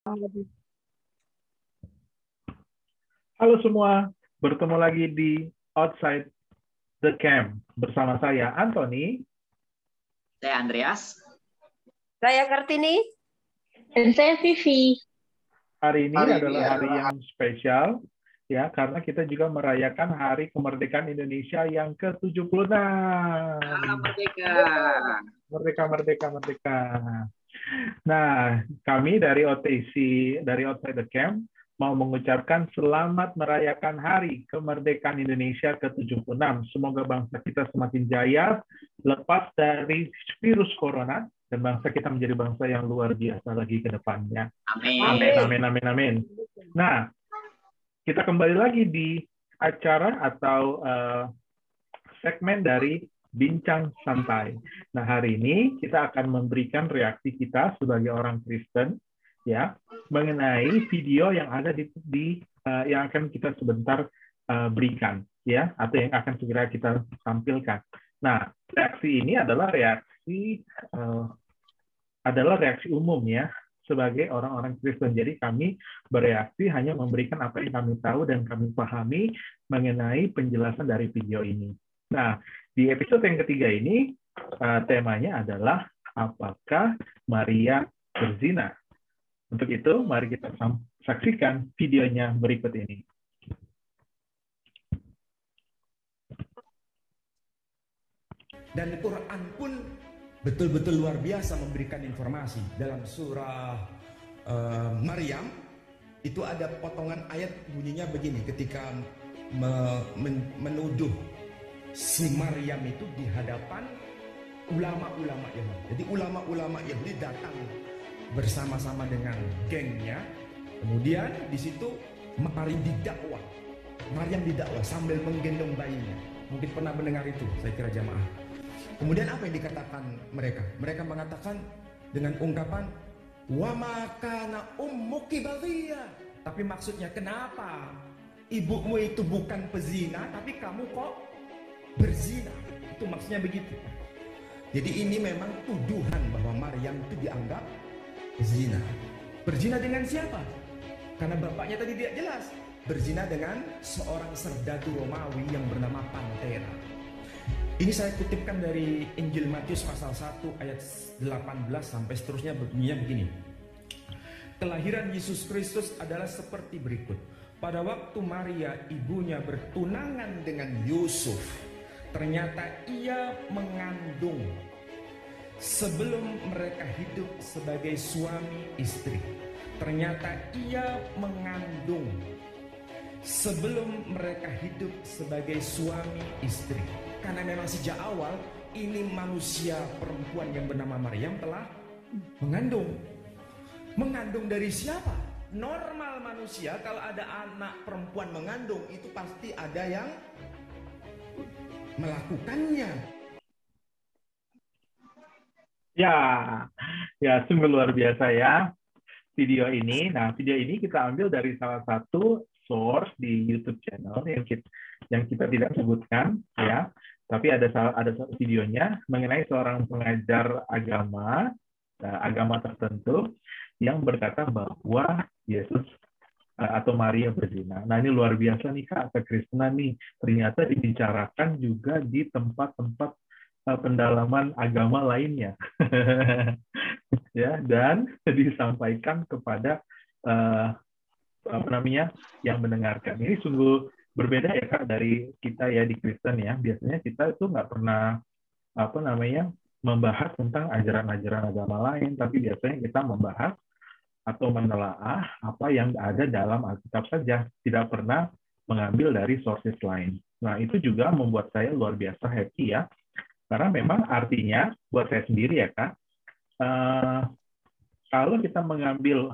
Halo semua, bertemu lagi di Outside the Camp bersama saya Anthony. Saya Andreas. Saya Kartini. Dan saya Vivi. Hari ini adalah hari yang spesial ya karena kita juga merayakan Hari Kemerdekaan Indonesia yang ke-76. Merdeka. Merdeka, merdeka, merdeka. Nah, kami dari OTC, dari Outside the Camp, mau mengucapkan selamat merayakan Hari Kemerdekaan Indonesia ke-76. Semoga bangsa kita semakin jaya, lepas dari virus corona, dan bangsa kita menjadi bangsa yang luar biasa lagi ke depannya. Amin. Amin, amin, amin, amin. Nah, kita kembali lagi di acara atau segmen dari Bincang Santai. Nah, hari ini kita akan memberikan reaksi kita sebagai orang Kristen ya mengenai video yang ada yang akan kita sebentar berikan ya atau yang akan segera kita tampilkan. Nah, reaksi ini adalah reaksi umum ya sebagai orang-orang Kristen. Jadi kami bereaksi hanya memberikan apa yang kami tahu dan kami pahami mengenai penjelasan dari video ini. Nah, di episode yang ketiga ini temanya adalah apakah Maria berzina? Untuk itu, mari kita saksikan videonya berikut ini. Dan Quran pun betul-betul luar biasa memberikan informasi. Dalam surah Maryam, itu ada potongan ayat bunyinya begini, ketika menuduh si Maryam itu di hadapan ulama-ulama Yahudi. Jadi ulama-ulama Yahudi datang bersama-sama dengan gengnya. Kemudian di situ Maryam didakwa sambil menggendong bayinya. Mungkin pernah mendengar itu, saya kira jamaah. Kemudian apa yang dikatakan mereka? Mereka mengatakan dengan ungkapan wa makana ummuki baghiya. Tapi maksudnya kenapa ibumu itu bukan pezina tapi kamu kok berzina? Itu maksudnya begitu. Jadi ini memang tuduhan bahwa Maryam itu dianggap zina. Berzina dengan siapa? Karena bapaknya tadi tidak jelas. Berzina dengan seorang serdadu Romawi yang bernama Pantera. Ini saya kutipkan dari Injil Matius pasal 1 ayat 18 sampai seterusnya, bunyinya begini. Kelahiran Yesus Kristus adalah seperti berikut. Pada waktu Maria ibunya bertunangan dengan Yusuf, ternyata ia mengandung sebelum mereka hidup sebagai suami istri. Ternyata ia mengandung sebelum mereka hidup sebagai suami istri. Karena memang sejak awal ini manusia perempuan yang bernama Maryam telah mengandung. Mengandung dari siapa? Normal manusia kalau ada anak perempuan mengandung itu pasti ada yang melakukannya. Ya, sungguh luar biasa ya video ini. Nah, video ini kita ambil dari salah satu source di YouTube channel yang kita tidak sebutkan ya. Tapi ada satu videonya mengenai seorang pengajar agama tertentu yang berkata bahwa Yesus atau Maria berzina. Nah, ini luar biasa nih Kak, kekristenan nih. Ternyata dibicarakan juga di tempat-tempat pendalaman agama lainnya. Ya, dan disampaikan kepada yang mendengarkan. Ini sungguh berbeda ya Kak dari kita ya di Kristen ya. Biasanya kita itu nggak pernah membahas tentang ajaran-ajaran agama lain, tapi biasanya kita membahas atau menelaah apa yang ada dalam Alkitab saja, tidak pernah mengambil dari sources lain. Nah, itu juga membuat saya luar biasa happy ya, karena memang artinya buat saya sendiri ya Kak, kalau kita mengambil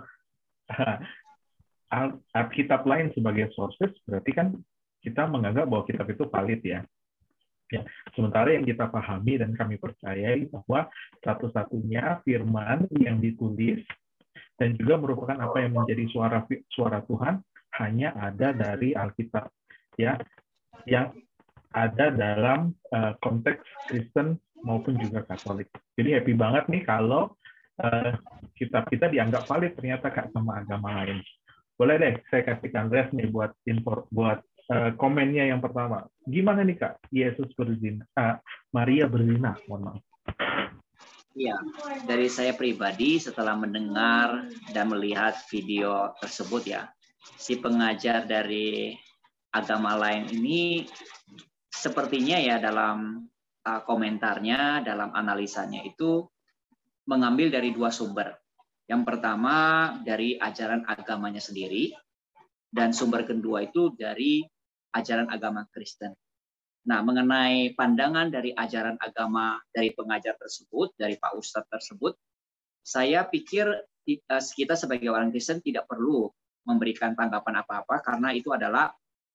Alkitab lain sebagai sources, berarti kan kita menganggap bahwa kitab itu valid ya. Ya, sementara yang kita pahami dan kami percayai bahwa satu-satunya firman yang ditulis dan juga merupakan apa yang menjadi suara Tuhan hanya ada dari Alkitab ya, yang ada dalam konteks Kristen maupun juga Katolik. Jadi happy banget nih kalau kitab kita dianggap valid ternyata Kak sama agama lain. Boleh deh saya kasih ke Andreas nih buat komennya yang pertama. Gimana nih Kak? Yesus berzina, Maria berzina, mohon maaf. Iya, dari saya pribadi setelah mendengar dan melihat video tersebut ya, si pengajar dari agama lain ini sepertinya ya dalam komentarnya, dalam analisanya itu mengambil dari dua sumber. Yang pertama dari ajaran agamanya sendiri, dan sumber kedua itu dari ajaran agama Kristen. Nah, mengenai pandangan dari ajaran agama dari pengajar tersebut, dari Pak Ustadz tersebut, saya pikir kita sebagai orang Kristen tidak perlu memberikan tanggapan apa-apa karena itu adalah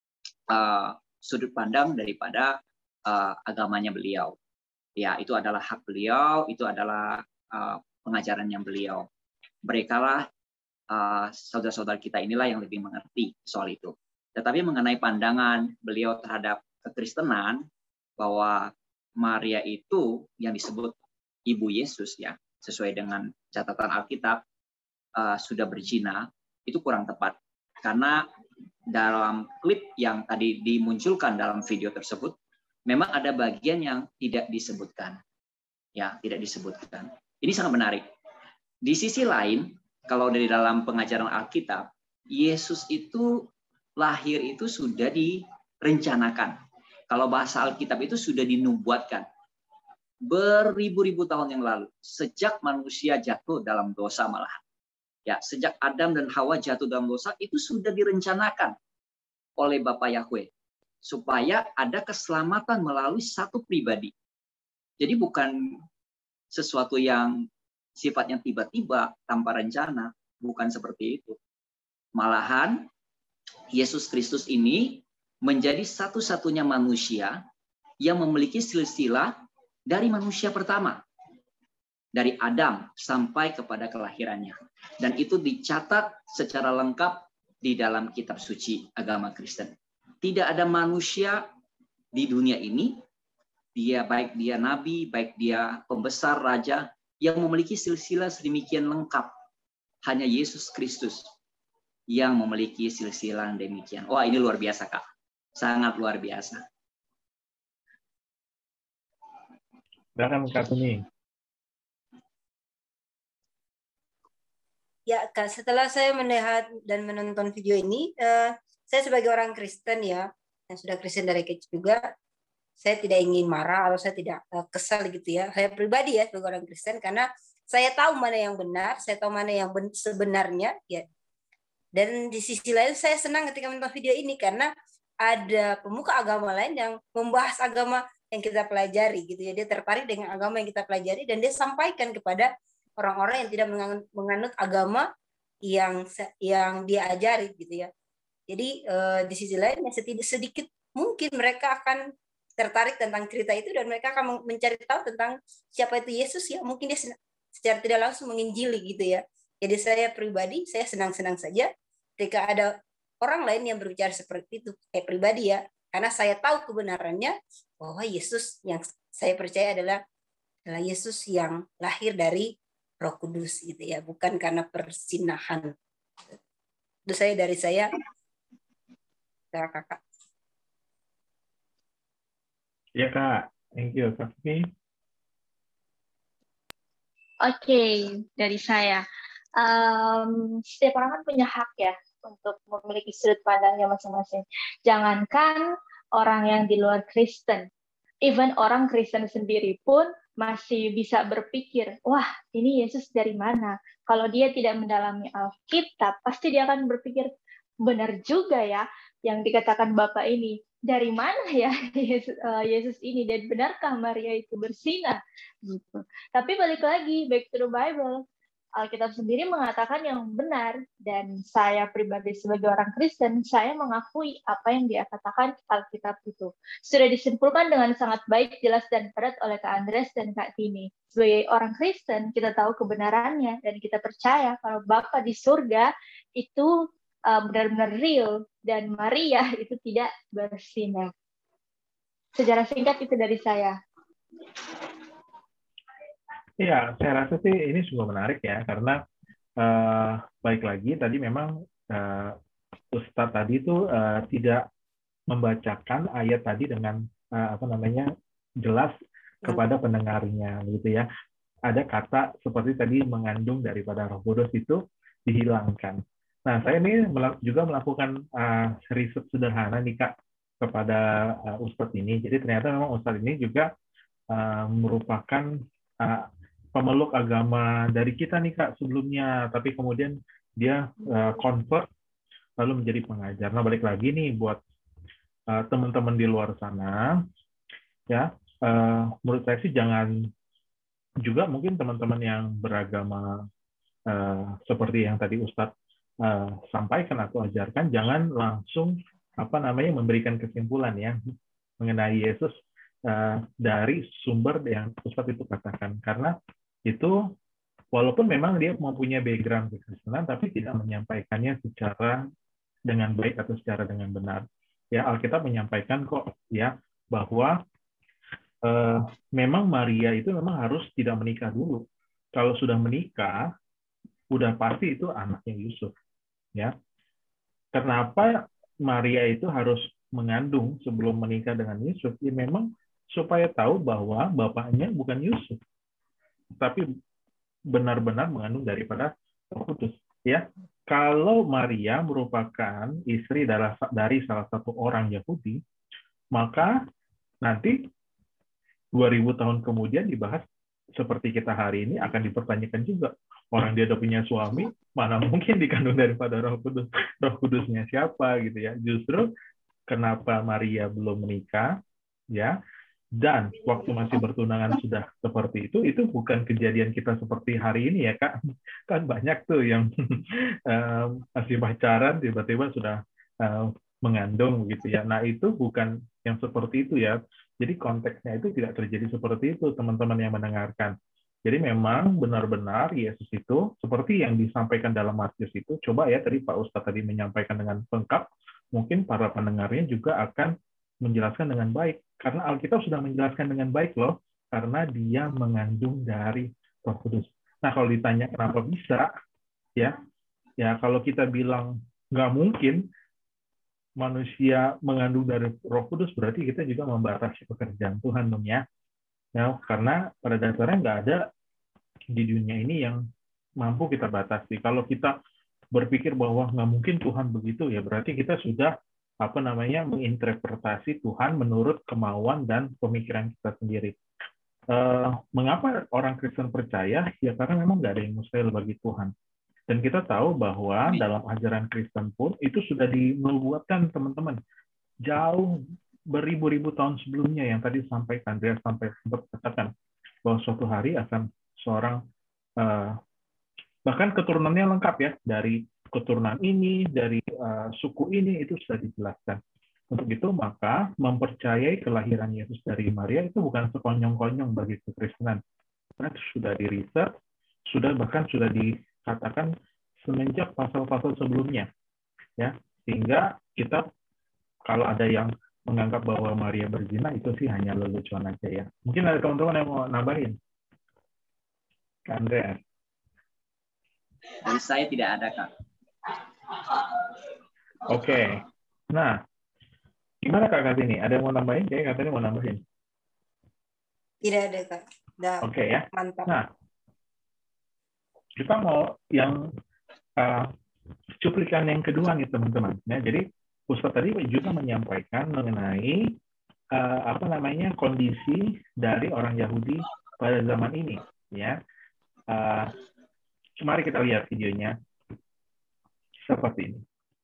sudut pandang daripada agamanya beliau. Ya, itu adalah hak beliau, itu adalah pengajarannya beliau. Merekalah saudara-saudara kita inilah yang lebih mengerti soal itu. Tetapi mengenai pandangan beliau terhadap kekristenan, bahwa Maria itu yang disebut Ibu Yesus ya, sesuai dengan catatan Alkitab sudah berzina, itu kurang tepat. Karena dalam klip yang tadi dimunculkan dalam video tersebut, memang ada bagian yang tidak disebutkan. Ya, tidak disebutkan. Ini sangat menarik. Di sisi lain, kalau dari dalam pengajaran Alkitab, Yesus itu lahir itu sudah direncanakan. Kalau bahasa Alkitab itu sudah dinubuatkan beribu-ribu tahun yang lalu, sejak manusia jatuh dalam dosa malah. Ya, sejak Adam dan Hawa jatuh dalam dosa itu sudah direncanakan oleh Bapa Yahweh supaya ada keselamatan melalui satu pribadi. Jadi bukan sesuatu yang sifatnya tiba-tiba tanpa rencana, bukan seperti itu. Malahan Yesus Kristus ini menjadi satu-satunya manusia yang memiliki silsilah dari manusia pertama. Dari Adam sampai kepada kelahirannya. Dan itu dicatat secara lengkap di dalam kitab suci agama Kristen. Tidak ada manusia di dunia ini, baik dia nabi, baik dia pembesar, raja, yang memiliki silsilah sedemikian lengkap. Hanya Yesus Kristus yang memiliki silsilah demikian. Wah, ini luar biasa, Kak. Sangat luar biasa. Silakan Kak Tuni. Ya, Kak, setelah saya melihat dan menonton video ini, saya sebagai orang Kristen ya, yang sudah Kristen dari kecil juga, saya tidak ingin marah atau saya tidak kesal gitu ya. Saya pribadi ya sebagai orang Kristen karena saya tahu mana yang benar, saya tahu mana yang sebenarnya ya. Dan di sisi lain saya senang ketika menonton video ini karena ada pemuka agama lain yang membahas agama yang kita pelajari gitu ya. Dia tertarik dengan agama yang kita pelajari dan dia sampaikan kepada orang-orang yang tidak menganut agama yang dia ajari gitu ya. Jadi di sisi lain sedikit mungkin mereka akan tertarik tentang cerita itu dan mereka akan mencari tahu tentang siapa itu Yesus ya. Mungkin dia secara tidak langsung menginjili gitu ya. Jadi saya pribadi saya senang-senang saja ketika ada orang lain yang berbicara seperti itu, pribadi ya, karena saya tahu kebenarannya bahwa Yesus yang saya percaya adalah Yesus yang lahir dari Roh Kudus gitu ya, bukan karena persinahan. Itu dari saya, Kakak. Ya Kak, thank you. Kak Vivi. Oke, dari saya. Setiap orang kan punya hak ya untuk memiliki sudut pandangnya masing-masing. Jangankan orang yang di luar Kristen, even orang Kristen sendiri pun masih bisa berpikir, wah ini Yesus dari mana? Kalau dia tidak mendalami Alkitab, pasti dia akan berpikir, benar juga ya yang dikatakan Bapak ini. Dari mana ya Yesus ini? Dan benarkah Maria itu berzina? Gitu. Tapi balik lagi, back to the Bible. Alkitab sendiri mengatakan yang benar, dan saya pribadi sebagai orang Kristen, saya mengakui apa yang dia katakan Alkitab itu. Sudah disimpulkan dengan sangat baik, jelas, dan padat oleh Kak Andreas dan Kak Tini. Sebagai orang Kristen, kita tahu kebenarannya, dan kita percaya kalau Bapa di surga itu benar-benar real, dan Maria itu tidak berzina. Sejarah singkat itu dari saya. Iya, saya rasa sih ini sungguh menarik ya, karena baik lagi tadi memang Ustadz tadi itu tidak membacakan ayat tadi dengan apa namanya jelas kepada pendengarnya, gitu ya. Ada kata seperti tadi mengandung daripada Roh Kudus itu dihilangkan. Nah, saya ini juga melakukan riset sederhana nih Kak kepada Ustadz ini. Jadi ternyata memang Ustadz ini juga merupakan pemeluk agama dari kita nih Kak sebelumnya, tapi kemudian dia convert lalu menjadi pengajar. Nah, balik lagi nih buat teman-teman di luar sana, ya, menurut saya sih jangan juga mungkin teman-teman yang beragama seperti yang tadi Ustadz sampaikan atau ajarkan, jangan langsung apa namanya memberikan kesimpulan ya mengenai Yesus dari sumber yang Ustadz itu katakan, karena itu walaupun memang dia mempunyai background kekristenan, tapi tidak menyampaikannya secara dengan baik atau secara dengan benar. Ya, Alkitab menyampaikan kok ya bahwa memang Maria itu memang harus tidak menikah dulu. Kalau sudah menikah, udah pasti itu anaknya Yusuf. Ya, kenapa Maria itu harus mengandung sebelum menikah dengan Yusuf? Ya memang supaya tahu bahwa bapaknya bukan Yusuf, tapi benar-benar mengandung daripada Roh Kudus. Ya, kalau Maria merupakan istri dari salah satu orang Yahudi, maka nanti 2000 tahun kemudian dibahas seperti kita hari ini akan dipertanyakan juga. Orang dia udah punya suami, mana mungkin dikandung daripada Roh Kudus. Roh Kudusnya siapa gitu ya. Justru kenapa Maria belum menikah, ya, dan waktu masih bertunangan sudah seperti itu bukan kejadian kita seperti hari ini ya Kak. Kan banyak tuh yang masih pacaran tiba-tiba sudah mengandung gitu ya. Nah itu bukan yang seperti itu ya. Jadi konteksnya itu tidak terjadi seperti itu teman-teman yang mendengarkan. Jadi memang benar-benar Yesus itu seperti yang disampaikan dalam Matius itu, coba ya tadi Pak Ustadz tadi menyampaikan dengan lengkap, mungkin para pendengarnya juga akan menjelaskan dengan baik. Karena Alkitab sudah menjelaskan dengan baik loh, karena dia mengandung dari Roh Kudus. Nah kalau ditanya kenapa bisa, ya kalau kita bilang nggak mungkin manusia mengandung dari Roh Kudus, berarti kita juga membatasi pekerjaan Tuhan dong ya. Ya, karena pada dasarnya nggak ada di dunia ini yang mampu kita batasi. Kalau kita berpikir bahwa nggak mungkin Tuhan begitu, ya berarti kita sudah apa namanya menginterpretasi Tuhan menurut kemauan dan pemikiran kita sendiri. Mengapa orang Kristen percaya? Ya karena memang nggak ada yang mustahil bagi Tuhan. Dan kita tahu bahwa dalam ajaran Kristen pun itu sudah dinubuatkan teman-teman jauh beribu-ribu tahun sebelumnya yang tadi disampaikan, dia sampai sempat katakan bahwa suatu hari akan seorang bahkan keturunannya lengkap ya, dari keturunan ini, dari suku ini, itu sudah dijelaskan. Untuk itu maka mempercayai kelahiran Yesus dari Maria itu bukan sekonyong-konyong bagi kekristenan. Karena sudah diriset, bahkan sudah dikatakan semenjak pasal-pasal sebelumnya. Ya, sehingga kita kalau ada yang menganggap bahwa Maria berzina itu sih hanya lelucon aja ya. Mungkin ada teman-teman yang mau nambahin. Andreas. Dan saya tidak ada Kak. Oke. Nah, gimana Kak Kartini? Ada yang mau nambahin? Kayaknya katanya mau nambahin. Tidak ada Kak. Oke ya. Mantap. Nah, kita mau yang cuplikan yang kedua nih teman-teman. Ya, jadi Ustadz tadi juga menyampaikan mengenai apa namanya kondisi dari orang Yahudi pada zaman ini, ya. Mari kita lihat videonya seperti ini.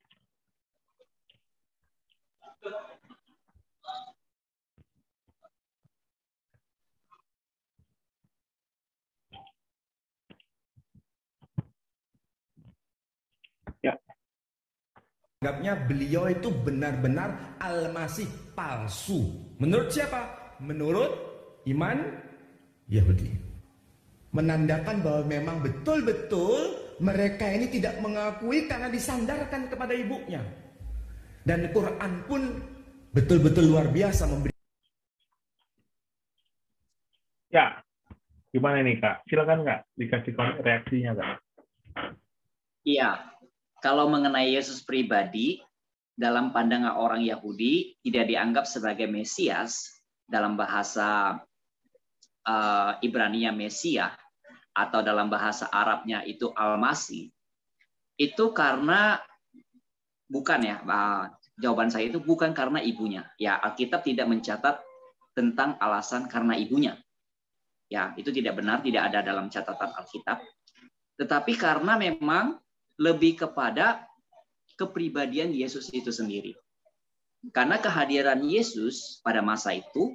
Ya. Anggapnya beliau itu benar-benar Al-Masih palsu. Menurut siapa? Menurut iman Yahudi. Menandakan bahwa memang betul-betul mereka ini tidak mengakui karena disandarkan kepada ibunya. Dan Quran pun betul-betul luar biasa memberi. Ya, Gimana nih Kak? Silakan Kak, dikasih reaksinya Kak. Iya, kalau mengenai Yesus pribadi, dalam pandangan orang Yahudi tidak dianggap sebagai Mesias, dalam bahasa Ibrani-nya Mesia, atau dalam bahasa Arabnya itu Al-Masih, itu karena bukan ya, jawaban saya itu bukan karena ibunya. Ya, Alkitab tidak mencatat tentang alasan karena ibunya. Ya, itu tidak benar, tidak ada dalam catatan Alkitab. Tetapi karena memang lebih kepada kepribadian Yesus itu sendiri. Karena kehadiran Yesus pada masa itu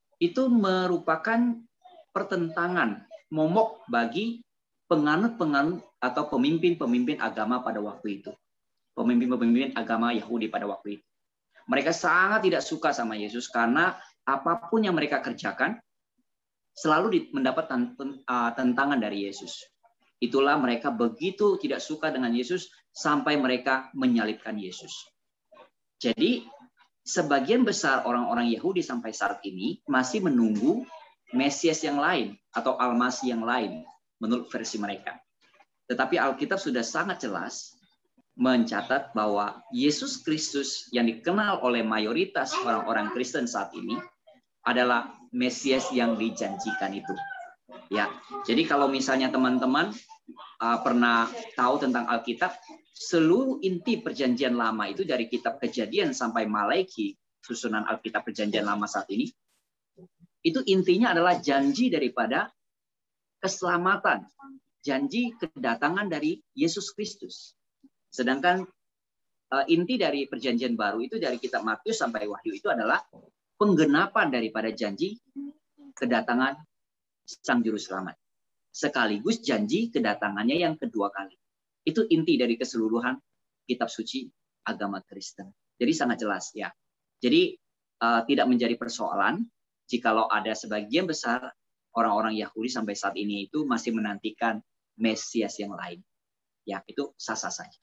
merupakan pertentangan, momok bagi penganut-penganut atau pemimpin-pemimpin agama pada waktu itu. Pemimpin-pemimpin agama Yahudi pada waktu itu. Mereka sangat tidak suka sama Yesus karena apapun yang mereka kerjakan selalu mendapat tentangan dari Yesus. Itulah mereka begitu tidak suka dengan Yesus sampai mereka menyalibkan Yesus. Jadi sebagian besar orang-orang Yahudi sampai saat ini masih menunggu Mesias yang lain atau Al-Masih yang lain menurut versi mereka. Tetapi Alkitab sudah sangat jelas mencatat bahwa Yesus Kristus yang dikenal oleh mayoritas orang-orang Kristen saat ini adalah Mesias yang dijanjikan itu. Ya, jadi kalau misalnya teman-teman pernah tahu tentang Alkitab, seluruh inti Perjanjian Lama itu dari Kitab Kejadian sampai Malaiki, susunan Alkitab Perjanjian Lama saat ini, itu intinya adalah janji daripada keselamatan, janji kedatangan dari Yesus Kristus. Sedangkan inti dari Perjanjian Baru itu dari Kitab Matius sampai Wahyu itu adalah penggenapan daripada janji kedatangan Sang Juru Selamat. Sekaligus janji kedatangannya yang kedua kali. Itu inti dari keseluruhan kitab suci agama Kristen. Jadi sangat jelas ya. Jadi tidak menjadi persoalan jikalau ada sebagian besar orang-orang Yahudi sampai saat ini itu masih menantikan Mesias yang lain. Ya, itu sah-sah saja.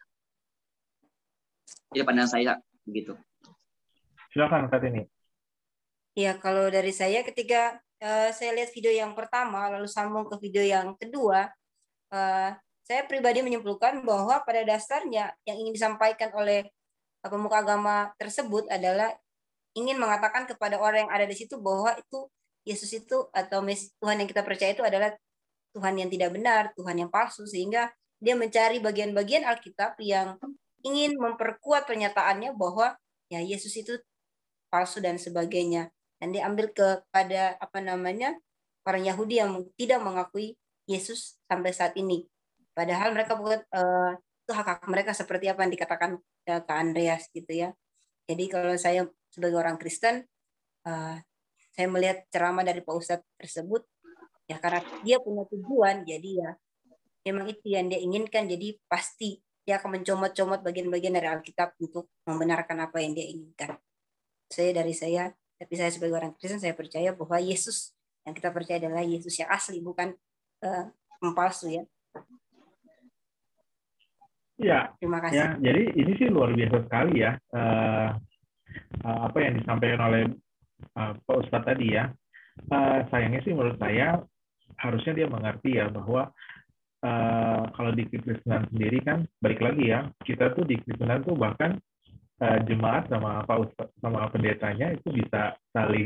Jadi pandangan saya begitu. Silakan Kak ini. Ya, kalau dari saya ketika saya lihat video yang pertama lalu sambung ke video yang kedua, saya pribadi menyimpulkan bahwa pada dasarnya yang ingin disampaikan oleh pemuka agama tersebut adalah ingin mengatakan kepada orang yang ada di situ bahwa itu Yesus itu atau Tuhan yang kita percaya itu adalah Tuhan yang tidak benar, Tuhan yang palsu, sehingga dia mencari bagian-bagian Alkitab yang ingin memperkuat pernyataannya bahwa ya Yesus itu palsu dan sebagainya. Dan diambil kepada orang Yahudi yang tidak mengakui Yesus sampai saat ini. Padahal mereka bukan itu hak-hak mereka seperti apa yang dikatakan ke Andreas gitu ya. Jadi kalau saya sebagai orang Kristen, saya melihat ceramah dari Pak Ustadz tersebut ya karena dia punya tujuan, jadi ya memang itu yang dia inginkan. Jadi pasti dia akan mencomot-comot bagian-bagian dari Alkitab untuk membenarkan apa yang dia inginkan. Tapi saya sebagai orang Kristen, saya percaya bahwa Yesus yang kita percaya adalah Yesus yang asli, bukan palsu ya. Ya, terima kasih. Ya, jadi ini sih luar biasa sekali ya apa yang disampaikan oleh Pak Ustadz tadi ya. Sayangnya sih menurut saya harusnya dia mengerti ya bahwa kalau di Kristen sendiri kan balik lagi ya, kita tuh di Kristen tuh bahkan jemaat sama Pak Ustadz sama pendetanya itu bisa saling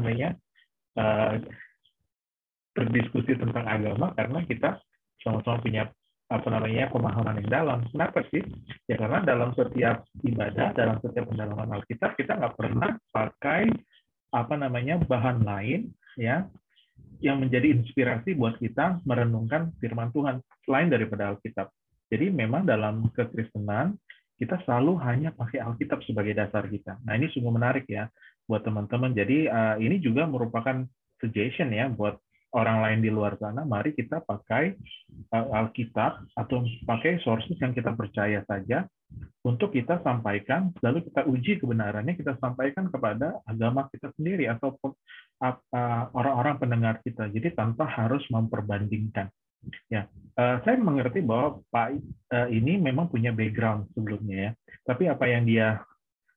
berdiskusi tentang agama karena kita sama-sama punya pemahaman yang dalam. Kenapa sih? Ya karena dalam setiap ibadah, dalam setiap pendalaman Alkitab kita nggak pernah pakai bahan lain ya yang menjadi inspirasi buat kita merenungkan firman Tuhan selain daripada Alkitab. Jadi memang dalam kekristenan kita selalu hanya pakai Alkitab sebagai dasar kita. Nah ini sungguh menarik ya buat teman-teman. Jadi ini juga merupakan suggestion ya buat orang lain di luar sana. Mari kita pakai Alkitab atau pakai sources yang kita percaya saja untuk kita sampaikan, lalu kita uji kebenarannya, kita sampaikan kepada agama kita sendiri atau orang-orang pendengar kita. Jadi tanpa harus memperbandingkan. Ya, saya mengerti bahwa Pak ini memang punya background sebelumnya ya. Tapi apa yang dia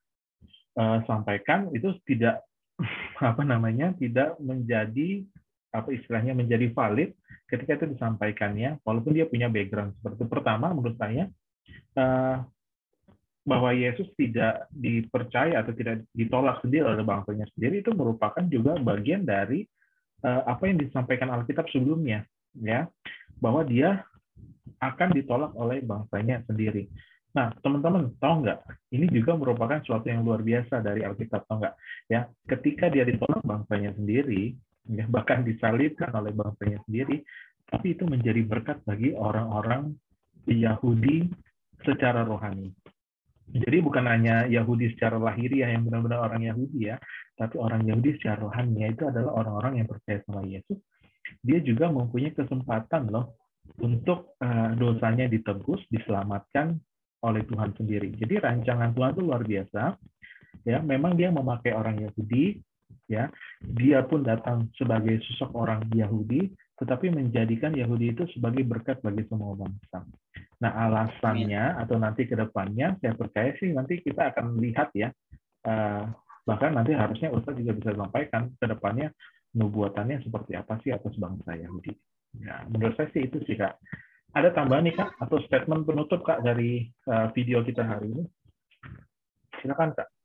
sampaikan itu tidak tidak menjadi apa istilahnya menjadi valid ketika itu disampaikannya, walaupun dia punya background seperti itu. Pertama, menurut saya bahwa Yesus tidak dipercaya atau tidak ditolak sendiri oleh bangsanya sendiri itu merupakan juga bagian dari apa yang disampaikan Alkitab sebelumnya, ya, bahwa dia akan ditolak oleh bangsanya sendiri. Nah, teman-teman, tahu nggak? Ini juga merupakan sesuatu yang luar biasa dari Alkitab, tahu nggak? Ya, ketika dia ditolak bangsanya sendiri, ya, bahkan disalibkan oleh bangsanya sendiri, tapi itu menjadi berkat bagi orang-orang Yahudi secara rohani. Jadi bukan hanya Yahudi secara lahiriah yang benar-benar orang Yahudi ya, tapi orang Yahudi secara rohani, itu adalah orang-orang yang percaya sama Yesus. Dia juga mempunyai kesempatan loh untuk dosanya ditebus, diselamatkan oleh Tuhan sendiri. Jadi rancangan Tuhan itu luar biasa. Ya, memang dia memakai orang Yahudi, ya. Dia pun datang sebagai sosok orang Yahudi, tetapi menjadikan Yahudi itu sebagai berkat bagi semua bangsa. Nah, alasannya atau nanti ke depannya, saya percaya sih nanti kita akan lihat ya. Bahkan nanti harusnya Ustaz juga bisa sampaikan ke depannya nubuatannya seperti apa sih atas bangsa Yahudi. Ya, menurut saya sih itu sih, Kak. Ada tambahan nih, Kak, atau statement penutup, Kak, dari video kita hari ini? Silakan, Kak.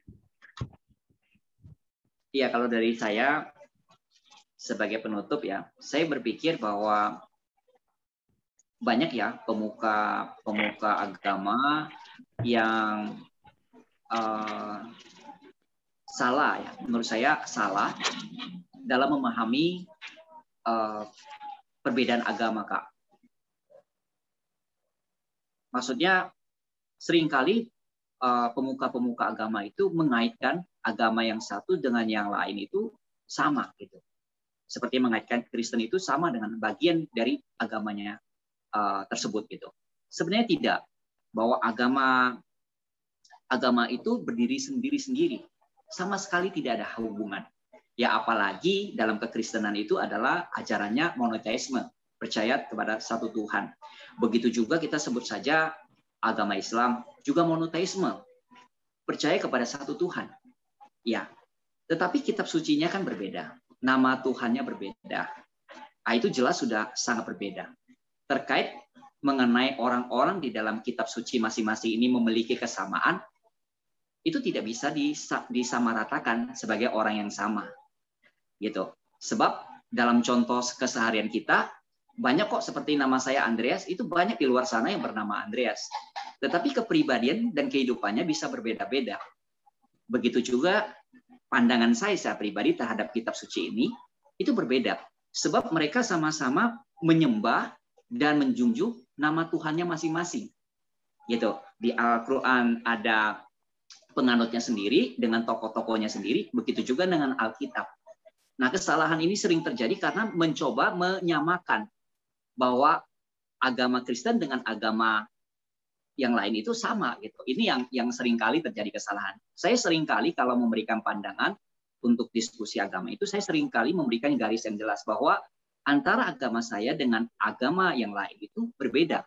Iya, kalau dari saya sebagai penutup ya, saya berpikir bahwa banyak ya pemuka agama yang salah ya, menurut saya salah dalam memahami perbedaan agama, Kak. Maksudnya seringkali pemuka agama itu mengaitkan agama yang satu dengan yang lain itu sama gitu. Seperti mengaitkan Kristen itu sama dengan bagian dari agamanya tersebut gitu. Sebenarnya tidak, bahwa agama itu berdiri sendiri-sendiri. Sama sekali tidak ada hubungan. Ya apalagi dalam kekristenan itu adalah ajarannya monoteisme, percaya kepada satu Tuhan. Begitu juga kita sebut saja agama Islam juga monoteisme, percaya kepada satu Tuhan. Ya, tetapi kitab sucinya kan berbeda, nama Tuhannya berbeda. Nah, itu jelas sudah sangat berbeda. Terkait mengenai orang-orang di dalam kitab suci masing-masing ini memiliki kesamaan, itu tidak bisa disamaratakan sebagai orang yang sama. Gitu. Sebab dalam contoh keseharian kita, banyak kok seperti nama saya Andreas, itu banyak di luar sana yang bernama Andreas. Tetapi kepribadian dan kehidupannya bisa berbeda-beda. Begitu juga pandangan saya pribadi terhadap kitab suci ini, itu berbeda. Sebab mereka sama-sama menyembah dan menjunjung nama Tuhannya masing-masing. Gitu. Di Al-Quran ada penganutnya sendiri, dengan tokoh-tokohnya sendiri, begitu juga dengan Alkitab. Nah, kesalahan ini sering terjadi karena mencoba menyamakan bahwa agama Kristen dengan agama yang lain itu sama gitu. Ini yang seringkali terjadi kesalahan. Saya seringkali kalau memberikan pandangan untuk diskusi agama itu, saya seringkali memberikan garis yang jelas bahwa antara agama saya dengan agama yang lain itu berbeda.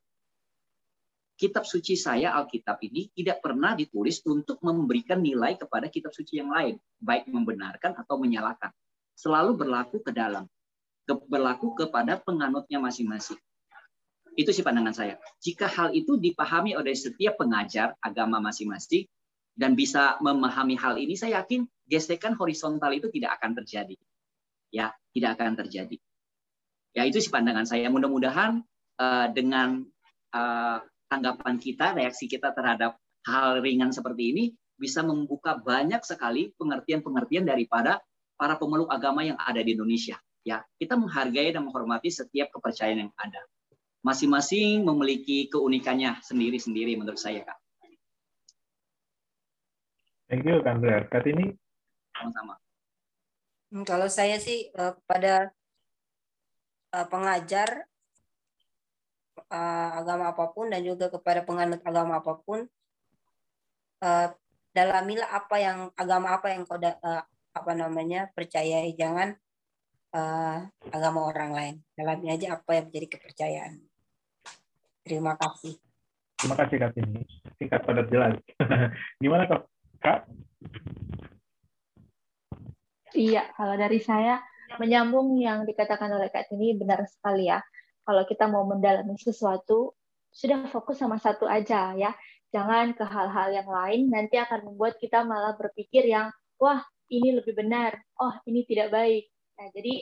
Kitab suci saya, Alkitab ini, tidak pernah ditulis untuk memberikan nilai kepada kitab suci yang lain, baik membenarkan atau menyalahkan. Selalu berlaku ke dalam, berlaku kepada penganutnya masing-masing. Itu sih pandangan saya. Jika hal itu dipahami oleh setiap pengajar agama masing-masing dan bisa memahami hal ini, saya yakin gesekan horizontal itu tidak akan terjadi. Ya, tidak akan terjadi. Ya, itu sih pandangan saya. Mudah-mudahan dengan tanggapan kita, reaksi kita terhadap hal ringan seperti ini bisa membuka banyak sekali pengertian-pengertian daripada para pemeluk agama yang ada di Indonesia. Ya, kita menghargai dan menghormati setiap kepercayaan yang ada. Masing-masing memiliki keunikannya sendiri-sendiri menurut saya, Kak. Thank you, Kak Andreas. Kak ini? Sama-sama. Kalau saya sih kepada pengajar agama apapun dan juga kepada penganut agama apapun, dalamilah agama apa yang kau percayai, jangan agama orang lain. Dalami aja apa yang menjadi kepercayaan. Terima kasih. Terima kasih, Kak ini. Singkat padat jelas. Gimana, Kak? Iya, kalau dari saya menyambung yang dikatakan oleh Kak Tini benar sekali ya. Kalau kita mau mendalami sesuatu, sudah fokus sama satu aja ya. Jangan ke hal-hal yang lain, nanti akan membuat kita malah berpikir yang, wah ini lebih benar, oh ini tidak baik. Nah, jadi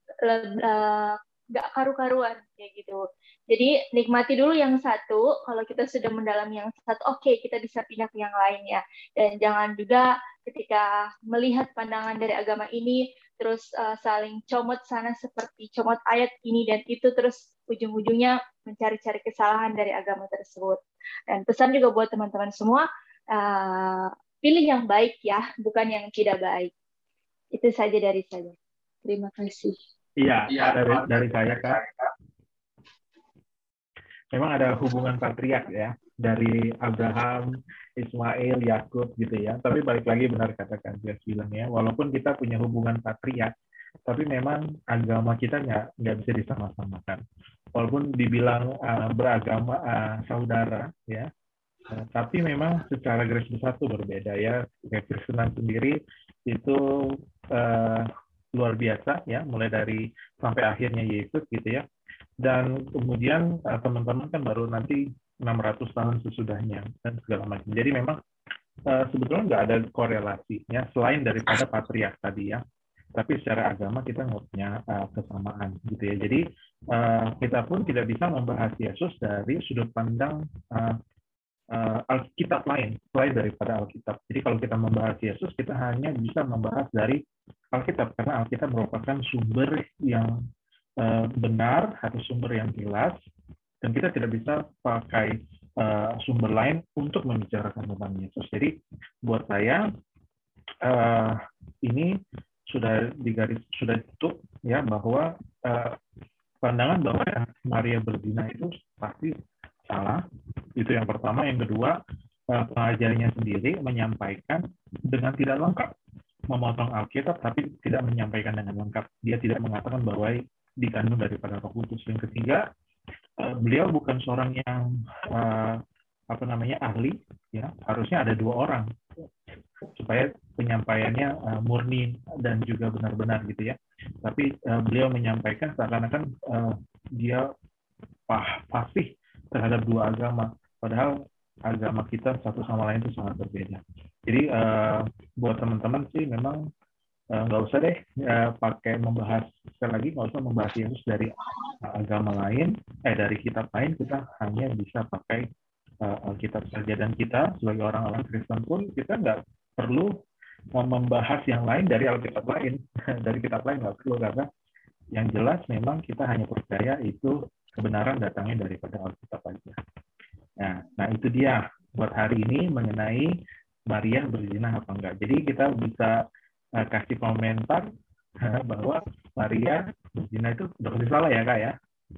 nggak karu-karuan kayak gitu. Jadi nikmati dulu yang satu, kalau kita sudah mendalami yang satu, oke, kita bisa pindah ke yang lain ya. Dan jangan juga ketika melihat pandangan dari agama ini, terus saling comot sana seperti comot ayat ini dan itu, terus ujung-ujungnya mencari-cari kesalahan dari agama tersebut. Dan pesan juga buat teman-teman semua, pilih yang baik ya, bukan yang tidak baik. Itu saja dari saya. Terima kasih. Iya, dari saya, Kak. Memang ada hubungan patriark ya, dari Abraham, Ismail, Yakub gitu ya. Tapi balik lagi benar katakan dia bilang ya, walaupun kita punya hubungan patriark, tapi memang agama kita nggak bisa disama-samakan. Walaupun dibilang beragama saudara ya, tapi memang secara garis besar itu berbeda ya. Kekristenan sendiri itu luar biasa ya, mulai dari sampai akhirnya Yesus gitu ya. Dan kemudian teman-teman kan baru nanti 600 tahun sesudahnya dan segala macam. Jadi memang sebetulnya nggak ada korelasinya selain daripada patriark tadi ya. Tapi secara agama kita nggak punya kesamaan gitu ya. Jadi kita pun tidak bisa membahas Yesus dari sudut pandang Alkitab lain selain daripada Alkitab. Jadi kalau kita membahas Yesus, kita hanya bisa membahas dari Alkitab karena Alkitab merupakan sumber yang benar atau sumber yang jelas, dan kita tidak bisa pakai sumber lain untuk membicarakan tentang Yesus. Jadi buat saya ini sudah tutup ya, bahwa pandangan bahwa Maria berzina itu pasti salah. Itu yang pertama. Yang kedua, pengajarnya sendiri menyampaikan dengan tidak lengkap, memotong Alkitab tapi tidak menyampaikan dengan lengkap. Dia tidak mengatakan bahwa dikandung daripada Roh Kudus. Yang ketiga, beliau bukan seorang yang ahli ya. Harusnya ada 2 orang supaya penyampaiannya murni dan juga benar-benar gitu ya. Tapi beliau menyampaikan seakan-akan dia fasih terhadap 2 agama, padahal agama kita satu sama lain itu sangat berbeda. Jadi buat teman-teman sih memang nggak usah deh pakai membahas, sekali lagi nggak usah membahas Yesus dari agama lain, dari kitab lain. Kita hanya bisa pakai Alkitab saja, dan kita sebagai orang-orang Kristen pun kita nggak perlu membahas yang lain dari Alkitab lain. Dari kitab lain nggak perlu, karena yang jelas memang kita hanya percaya itu kebenaran datangnya daripada Alkitab aja. Nah itu dia buat hari ini mengenai Maria berzina apa enggak. Jadi kita bisa kasih komentar bahwa Maria berzina itu udah pasti salah ya, Kak ya?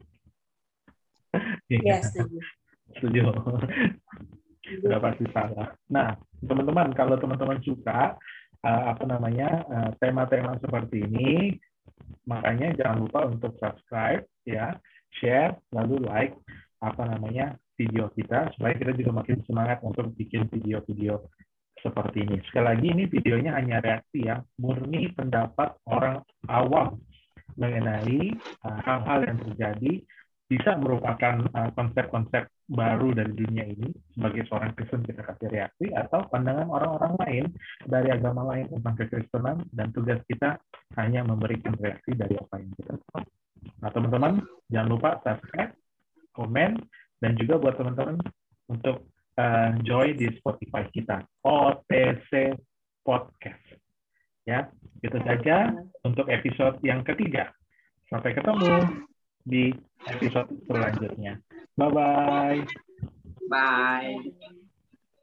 Ya, setuju. Setuju. Udah pasti salah. Nah, teman-teman, kalau teman-teman suka tema-tema seperti ini, makanya jangan lupa untuk subscribe ya, share, lalu like video kita, supaya kita juga makin semangat untuk bikin video-video seperti ini. Sekali lagi, ini videonya hanya reaksi ya, murni pendapat orang awam mengenai hal-hal yang terjadi, bisa merupakan konsep-konsep baru dari dunia ini. Sebagai seorang Kristen kita kasih reaksi, atau pandangan orang-orang lain dari agama lain tentang kekristenan, dan tugas kita hanya memberikan reaksi dari apa yang kita tahu. Nah, teman-teman, jangan lupa subscribe, komen, dan juga buat teman-teman untuk join di Spotify kita, OTC Podcast. Ya, itu saja untuk episode yang ketiga. Sampai ketemu di episode selanjutnya. Bye-bye. Bye.